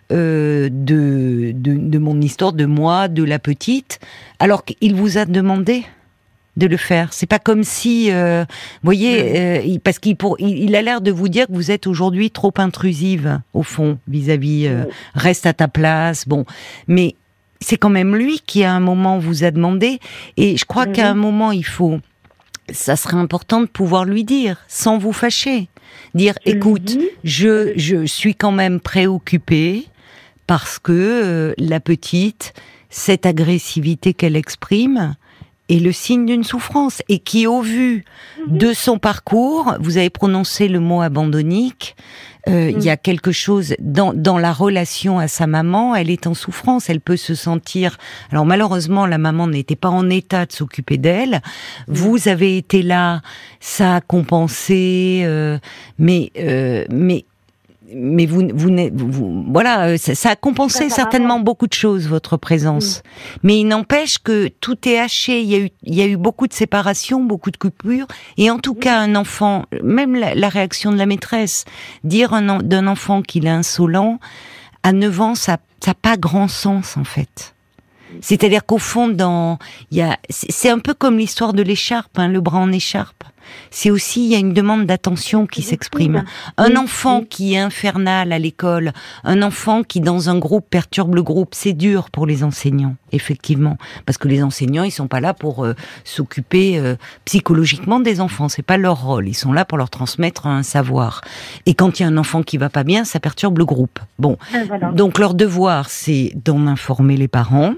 euh, de, de, de mon histoire, de moi, de la petite, alors qu'il vous a demandé de le faire. C'est pas comme si, euh, vous voyez, euh, il, parce qu'il pour, il, il a l'air de vous dire que vous êtes aujourd'hui trop intrusive au fond vis-à-vis. Euh, oui. Reste à ta place. Bon, mais c'est quand même lui qui à un moment vous a demandé. Et je crois oui. qu'à un moment il faut, ça serait important de pouvoir lui dire, sans vous fâcher, dire, oui. écoute, je je suis quand même préoccupée parce que euh, la petite, cette agressivité qu'elle exprime est le signe d'une souffrance, et qui, au vu mmh. de son parcours, vous avez prononcé le mot abandonnique, euh, il mmh. y a quelque chose dans, dans la relation à sa maman, elle est en souffrance, elle peut se sentir... Alors malheureusement, la maman n'était pas en état de s'occuper d'elle, mmh. vous avez été là, ça a compensé, euh, mais... Euh, mais Mais vous, vous, vous voilà, ça, ça a compensé ça, ça certainement beaucoup de choses, votre présence. Oui. Mais il n'empêche que tout est haché. Il y a eu, il y a eu beaucoup de séparations, beaucoup de coupures. Et en tout oui. cas, un enfant, même la, la réaction de la maîtresse, dire un, d'un enfant qu'il est insolent, à neuf ans, ça n'a pas grand sens, en fait. C'est-à-dire qu'au fond, dans, il y a, c'est un peu comme l'histoire de l'écharpe, hein, le bras en écharpe. C'est aussi, il y a une demande d'attention qui s'exprime. Un enfant qui est infernal à l'école, un enfant qui dans un groupe perturbe le groupe, c'est dur pour les enseignants, effectivement, parce que les enseignants, ils sont pas là pour euh, s'occuper euh, psychologiquement des enfants, c'est pas leur rôle. Ils sont là pour leur transmettre un savoir. Et quand il y a un enfant qui va pas bien, ça perturbe le groupe. Bon, ah, voilà. Donc leur devoir, c'est d'en informer les parents.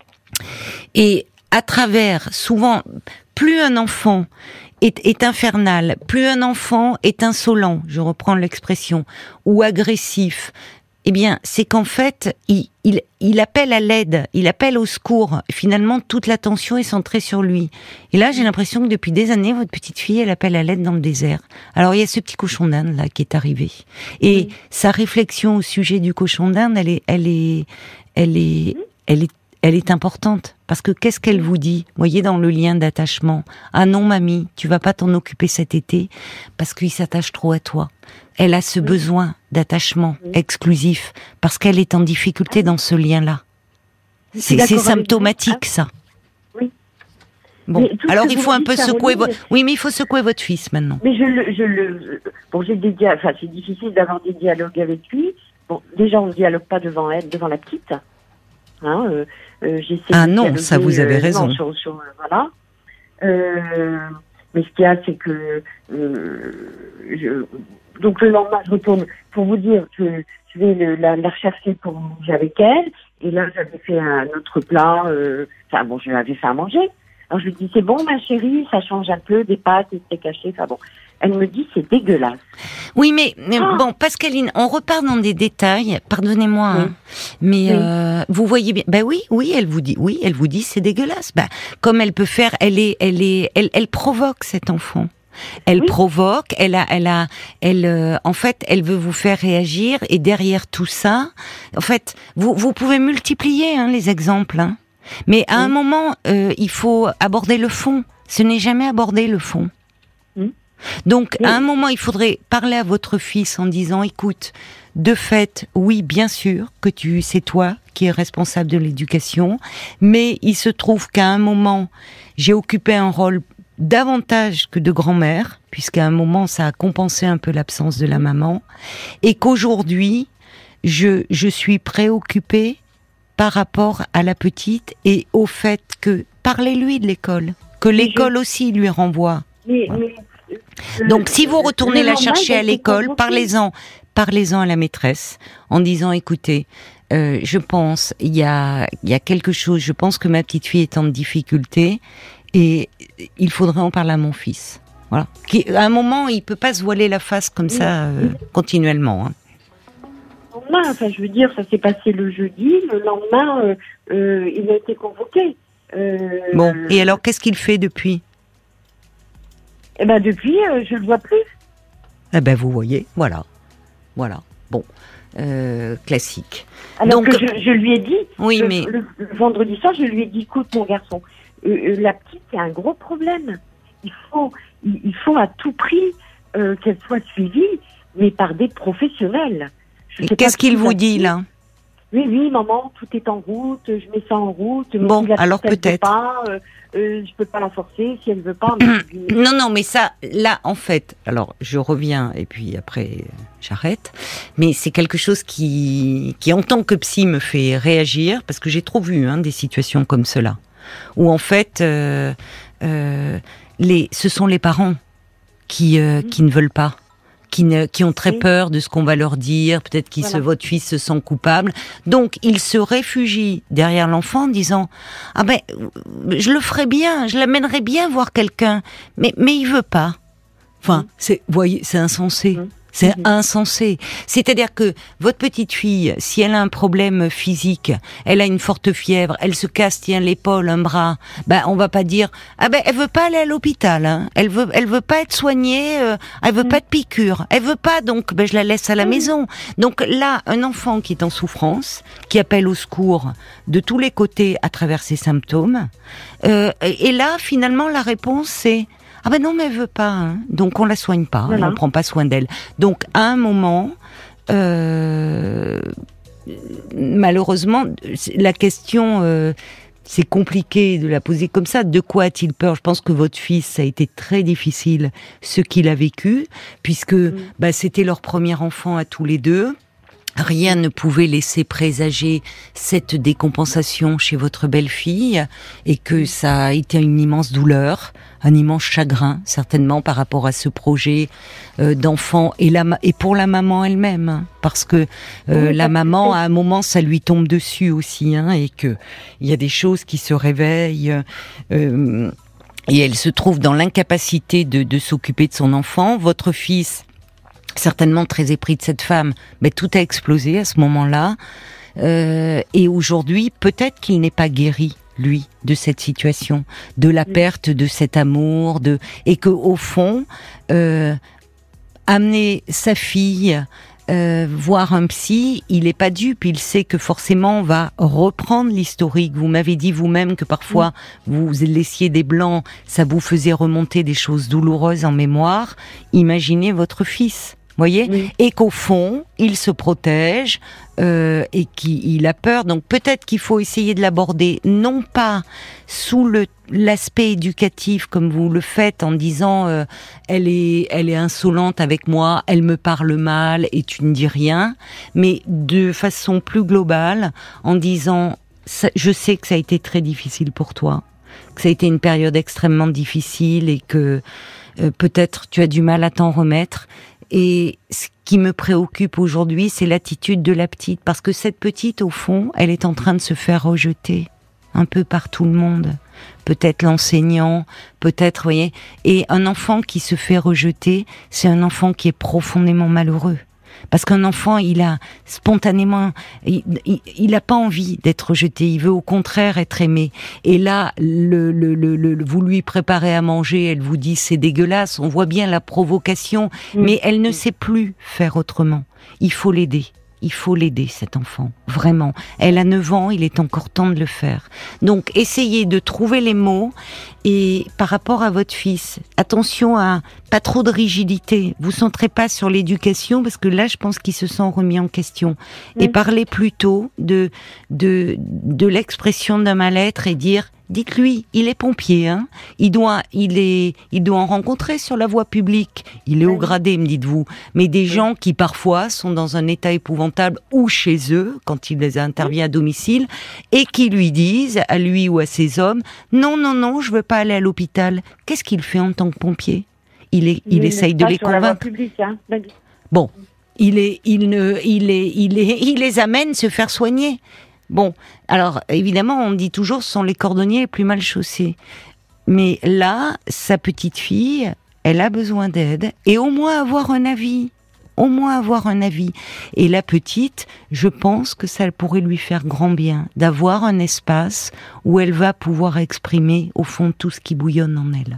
Et à travers, souvent, plus un enfant est, est infernal, plus un enfant est insolent, je reprends l'expression, ou agressif, eh bien, c'est qu'en fait, il, il, il appelle à l'aide, il appelle au secours. Finalement, toute l'attention est centrée sur lui. Et là, j'ai l'impression que depuis des années, votre petite fille, elle appelle à l'aide dans le désert. Alors, il y a ce petit cochon d'Inde, là, qui est arrivé. Et mmh. sa réflexion au sujet du cochon d'Inde, elle est, elle est, elle est, elle est Elle est importante, parce que qu'est-ce qu'elle vous dit? Voyez, dans le lien d'attachement. Ah non, mamie, tu vas pas t'en occuper cet été, parce qu'il s'attache trop à toi. Elle a ce oui. besoin d'attachement oui. exclusif, parce qu'elle est en difficulté dans ce lien-là. C'est, c'est symptomatique, ça. Oui. Bon, alors il faut un peu secouer votre... Oui, mais il faut secouer votre fils, maintenant. Mais je le... Je le... Bon, j'ai des dia... enfin, c'est difficile d'avoir des dialogues avec lui. Bon, déjà, on ne dialogue pas devant elle, devant la petite. Hein, euh, Euh, j'essaie ah de non, dialoguer, ça vous avez euh, raison. Non, sur, sur, voilà. Euh, mais ce qu'il y a, c'est que euh, je, donc le lendemain, je retourne pour vous dire que je vais le, la, la rechercher pour manger avec elle. Et là, j'avais fait un autre plat. Euh, enfin bon, je lui avais fait à manger. Alors je lui dis c'est bon ma chérie, ça change un peu des pâtes, des steaks hachés. Enfin bon, elle me dit c'est dégueulasse. Oui, mais, mais Ah. bon, Pascaline, on repart dans des détails. Pardonnez-moi, Oui. hein, mais Oui. euh, vous voyez bien. Ben oui, oui, elle vous dit, oui, elle vous dit c'est dégueulasse. Ben comme elle peut faire, elle est, elle est, elle, elle provoque cet enfant. Elle Oui. provoque, elle a, elle a, elle, euh, en fait, elle veut vous faire réagir. Et derrière tout ça, en fait, vous, vous pouvez multiplier hein, les exemples. Hein. Mais à Oui. un moment, euh, il faut aborder le fond. Ce n'est jamais aborder le fond. Oui. Donc, Oui. à un moment, il faudrait parler à votre fils en disant, écoute, de fait, oui, bien sûr que tu, c'est toi qui es responsable de l'éducation, mais il se trouve qu'à un moment, j'ai occupé un rôle davantage que de grand-mère, puisqu'à un moment, ça a compensé un peu l'absence de la maman, et qu'aujourd'hui, je, je suis préoccupée par rapport à la petite et au fait que, parlez-lui de l'école, que l'école aussi lui renvoie. Mais, mais, euh, Donc, si vous retournez le la lendemain, chercher il a à été l'école, convoqué. parlez-en, parlez-en à la maîtresse, en disant, écoutez, euh, je pense, il y a, il y a quelque chose, je pense que ma petite fille est en difficulté, et il faudrait en parler à mon fils. Voilà. Qui, à un moment, il peut pas se voiler la face comme ça, euh, continuellement, hein. Le lendemain, enfin, je veux dire, ça s'est passé le jeudi. Le lendemain, euh, euh, il a été convoqué. Euh, Bon. Et alors, qu'est-ce qu'il fait depuis? Eh ben depuis, euh, je le vois plus. Eh ben, vous voyez, voilà. Voilà. Bon. Euh, classique. Alors Donc, que je, je lui ai dit, oui, le, mais le- le vendredi soir, je lui ai dit, écoute mon garçon, euh, euh, la petite, c'est un gros problème. Il faut, il, il faut à tout prix euh, qu'elle soit suivie, mais par des professionnels. Je sais pas qu'est-ce qu'il qui vous va dit suivre. là? Oui, oui, maman, tout est en route, je mets ça en route. Mais Bon, si la alors petite, elle peut-être. veut pas, euh, euh, je peux pas la forcer si elle veut pas. Mais je dis, Non, non, mais ça, là, en fait, alors je reviens et puis après euh, j'arrête. Mais c'est quelque chose qui, qui en tant que psy me fait réagir parce que j'ai trop vu hein, des situations comme cela où en fait, euh, euh, les, ce sont les parents qui euh, qui ne veulent pas. Qui, ne, qui ont très Oui. peur de ce qu'on va leur dire, peut-être qu'ils Voilà. se, votre fils se sent coupable. Donc, ils se réfugient derrière l'enfant en disant « Ah ben, je le ferais bien, je l'amènerais bien voir quelqu'un, mais, mais il veut pas. » Enfin, Mm. c'est, voyez, c'est insensé. Mm. C'est Mhm. insensé. C'est-à-dire que votre petite fille, si elle a un problème physique, elle a une forte fièvre, elle se casse, tiens, l'épaule, un bras, ben, on va pas dire, ah ben, elle veut pas aller à l'hôpital, hein. Elle veut, elle veut pas être soignée, euh, elle veut Mhm. pas de piqûre. Elle veut pas, donc, ben, je la laisse à la Mhm. maison. Donc là, un enfant qui est en souffrance, qui appelle au secours de tous les côtés à travers ses symptômes, euh, et là, finalement, la réponse, c'est, ah ben non, mais elle veut pas, hein. Donc on la soigne pas, Voilà. on prend pas soin d'elle. Donc à un moment, euh, malheureusement, la question, euh, c'est compliqué de la poser comme ça. De quoi a-t-il peur? Je pense que votre fils, ça a été très difficile ce qu'il a vécu, puisque Mm. bah, c'était leur premier enfant à tous les deux. Rien ne pouvait laisser présager cette décompensation chez votre belle-fille et que ça a été une immense douleur, un immense chagrin certainement par rapport à ce projet euh, d'enfant et, la, et pour la maman elle-même, hein, parce que euh, Oui, la parce maman que- à un moment ça lui tombe dessus aussi, hein, et que il y a des choses qui se réveillent. Euh, et elle se trouve dans l'incapacité de, de s'occuper de son enfant. Votre fils, certainement très épris de cette femme, mais tout a explosé à ce moment-là. Euh, et aujourd'hui, peut-être qu'il n'est pas guéri, lui, de cette situation, de la perte de cet amour, de et que au fond, euh, amener sa fille euh, voir un psy, il n'est pas dupe, il sait que forcément on va reprendre l'historique. Vous m'avez dit vous-même que parfois vous laissiez des blancs, ça vous faisait remonter des choses douloureuses en mémoire. Imaginez votre fils. Voyez, Oui. et qu'au fond, il se protège euh, et qu'il a peur. Donc peut-être qu'il faut essayer de l'aborder, non pas sous le l'aspect éducatif comme vous le faites en disant euh, elle est elle est insolente avec moi, elle me parle mal et tu ne dis rien, mais de façon plus globale en disant ça, je sais que ça a été très difficile pour toi, que ça a été une période extrêmement difficile et que euh, peut-être tu as du mal à t'en remettre. Et ce qui me préoccupe aujourd'hui, c'est l'attitude de la petite, parce que cette petite, au fond, elle est en train de se faire rejeter un peu par tout le monde. Peut-être l'enseignant, peut-être, vous voyez. Et un enfant qui se fait rejeter, c'est un enfant qui est profondément malheureux. Parce qu'un enfant, il a spontanément, il, il, il a pas envie d'être rejeté. Il veut au contraire être aimé. Et là, le, le, le, le, vous lui préparez à manger, elle vous dit c'est dégueulasse. On voit bien la provocation, mmh. mais elle ne sait plus faire autrement. Il faut l'aider. Il faut l'aider, cet enfant, vraiment. Elle a neuf ans, il est encore temps de le faire. Donc, essayez de trouver les mots. Et par rapport à votre fils, attention à pas trop de rigidité. Vous centrez pas sur l'éducation, parce que là, je pense qu'il se sent remis en question. Oui. Et parlez plutôt de, de, de l'expression d'un mal-être et dire... Dites-lui, il est pompier, hein. Il doit, il est, il doit en rencontrer sur la voie publique. Il est haut gradé, me dites-vous. Mais des gens qui parfois sont dans un état épouvantable ou chez eux quand il les intervient à domicile et qui lui disent à lui ou à ses hommes non, non, non, je veux pas aller à l'hôpital. Qu'est-ce qu'il fait en tant que pompier ? Il est, il, il essaye de les convaincre. Publique, hein. Bon, il est, il ne, il est, il est, il les amène se faire soigner. Bon, alors évidemment, on dit toujours ce sont les cordonniers les plus mal chaussés. Mais là, sa petite fille, elle a besoin d'aide et au moins avoir un avis. Au moins avoir un avis. Et la petite, je pense que ça pourrait lui faire grand bien d'avoir un espace où elle va pouvoir exprimer au fond tout ce qui bouillonne en elle.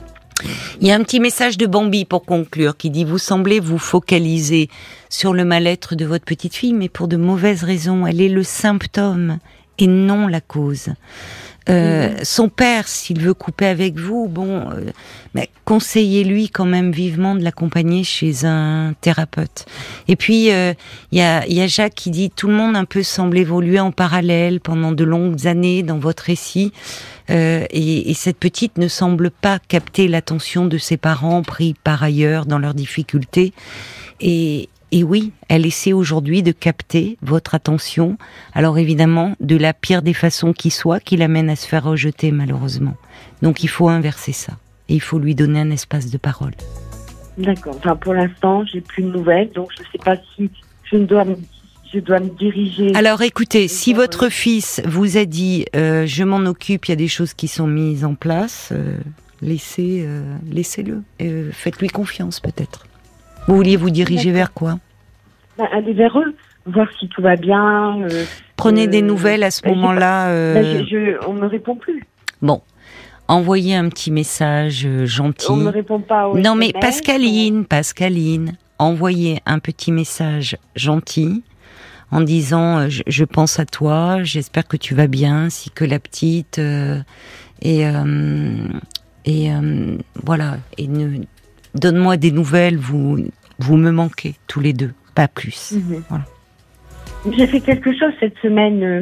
Il y a un petit message de Bambi pour conclure qui dit « Vous semblez vous focaliser sur le mal-être de votre petite fille, mais pour de mauvaises raisons. Elle est le symptôme et non la cause. Euh, mmh. Son père, s'il veut couper avec vous, bon, euh, mais conseillez-lui quand même vivement de l'accompagner chez un thérapeute. Et puis, il euh, y, a, y a Jacques qui dit « Tout le monde un peu semble évoluer en parallèle pendant de longues années dans votre récit. » Euh, et, et cette petite ne semble pas capter l'attention de ses parents pris par ailleurs dans leurs difficultés. Et, et oui, elle essaie aujourd'hui de capter votre attention. Alors évidemment, de la pire des façons qui soit, qui l'amène à se faire rejeter malheureusement. Donc il faut inverser ça. Et il faut lui donner un espace de parole. D'accord. Enfin, pour l'instant, j'ai plus de nouvelles, donc je ne sais pas si je ne dois me Je dois me diriger. Alors écoutez, si votre fils vous a dit euh, je m'en occupe, il y a des choses qui sont mises en place, euh, laissez, euh, laissez-le. Euh, faites-lui confiance peut-être. Vous vouliez vous diriger vers quoi ? Ben, aller vers eux, voir si tout va bien. Euh, Prenez euh, des nouvelles à ce ben, moment-là. Euh... Ben, je, je, on ne me répond plus. Bon. Envoyez un petit message euh, gentil. On ne me répond pas. Non mais Pascaline, Pascaline, envoyez un petit message gentil. En disant je, je pense à toi, j'espère que tu vas bien, ainsi que la petite euh, et euh, et euh, voilà et ne, donne-moi des nouvelles, vous vous me manquez tous les deux, pas plus. Mm-hmm. Voilà. J'ai fait quelque chose cette semaine euh,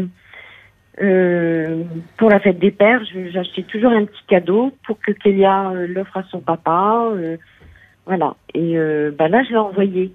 euh, pour la fête des pères. Je, j'ai acheté toujours un petit cadeau pour que Kélia euh, l'offre à son papa, euh, voilà. Et euh, bah là je l'ai envoyé.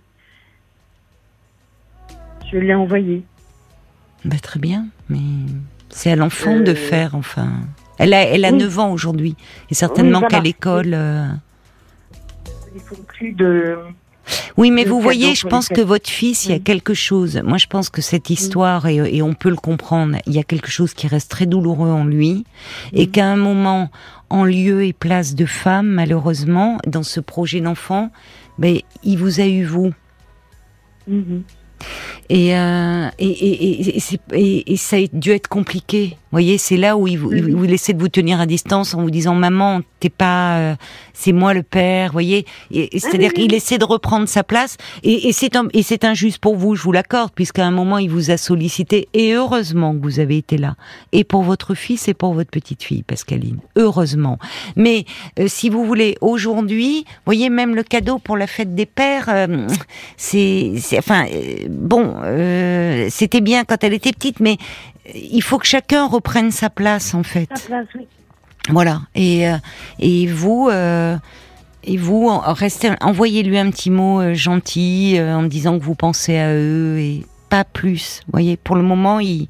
Je l'ai envoyé. Bah, très bien, mais c'est à l'enfant euh... de faire, enfin. Elle a, elle a oui. neuf ans aujourd'hui, et certainement oui, voilà. qu'à l'école... Euh... Il faut plus de... Oui, mais vous voyez, je pense que votre fils, il y a quelque chose... Moi, je pense que cette histoire, et, et on peut le comprendre, il y a quelque chose qui reste très douloureux en lui, et qu'à un moment, en lieu et place de femme, malheureusement, dans ce projet d'enfant, ben, il vous a eu, vous. Mm-hmm. Et, euh, et, et, et, et, et, et ça a dû être compliqué. Vous voyez, c'est là où il vous, il vous essaie de vous tenir à distance en vous disant « Maman, t'es pas... Euh, c'est moi le père. » Vous voyez, et, et c'est-à-dire qu'il essaie de reprendre sa place. Et, et, c'est un, et c'est injuste pour vous, je vous l'accorde, puisqu'à un moment, il vous a sollicité. Et heureusement que vous avez été là. Et pour votre fils et pour votre petite fille, Pascaline. Heureusement. Mais euh, si vous voulez, aujourd'hui, vous voyez, même le cadeau pour la fête des pères, euh, c'est, c'est... Enfin, euh, bon, euh, c'était bien quand elle était petite, mais il faut que chacun reprenne sa place, en fait. Sa place, oui. Voilà. Et, euh, et vous, euh, et vous, restez, envoyez-lui un petit mot euh, gentil, euh, en disant que vous pensez à eux, et pas plus. Vous voyez, pour le moment, il,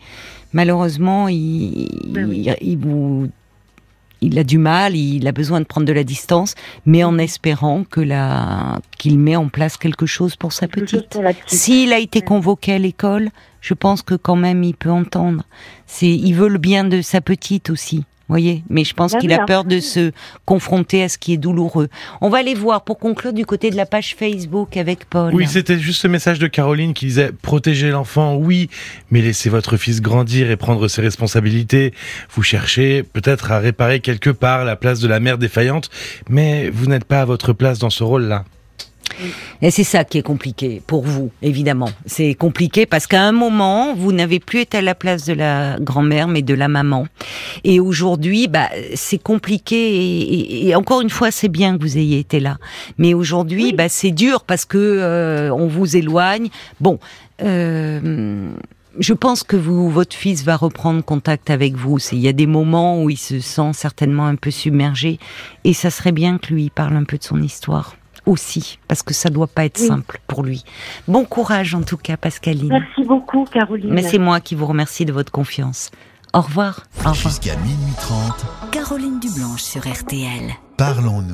Malheureusement, il, Ben oui. il, il vous, il a du mal, il a besoin de prendre de la distance, mais en espérant que la, qu'il met en place quelque chose pour sa Quelque chose petite. pour la petite. S'il a été Ouais. convoqué à l'école, je pense que quand même il peut entendre. C'est, il veut le bien de sa petite aussi. Voyez, mais je pense Ben qu'il oui, a peur de absolument. se confronter à ce qui est douloureux. On va aller voir pour conclure du côté de la page Facebook avec Paul. Oui, c'était juste ce message de Caroline qui disait « Protégez l'enfant, oui, mais laissez votre fils grandir et prendre ses responsabilités. Vous cherchez peut-être à réparer quelque part la place de la mère défaillante, mais vous n'êtes pas à votre place dans ce rôle-là. » Et c'est ça qui est compliqué pour vous, évidemment. C'est compliqué parce qu'à un moment, vous n'avez plus été à la place de la grand-mère, mais de la maman. Et aujourd'hui, bah, c'est compliqué. Et, et, et encore une fois, c'est bien que vous ayez été là. Mais aujourd'hui, Oui. bah, c'est dur parce que euh, on vous éloigne. Bon. Euh, Je pense que vous, votre fils va reprendre contact avec vous. C'est- Il y a des moments où il se sent certainement un peu submergé, et ça serait bien que lui parle un peu de son histoire aussi, parce que ça doit pas être Oui. simple pour lui. Bon courage en tout cas, Pascaline. Merci beaucoup, Caroline. Mais c'est moi qui vous remercie de votre confiance. Au revoir. Au revoir. Jusqu'à minuit trente, Caroline Dublanche sur R T L. parlons-nous.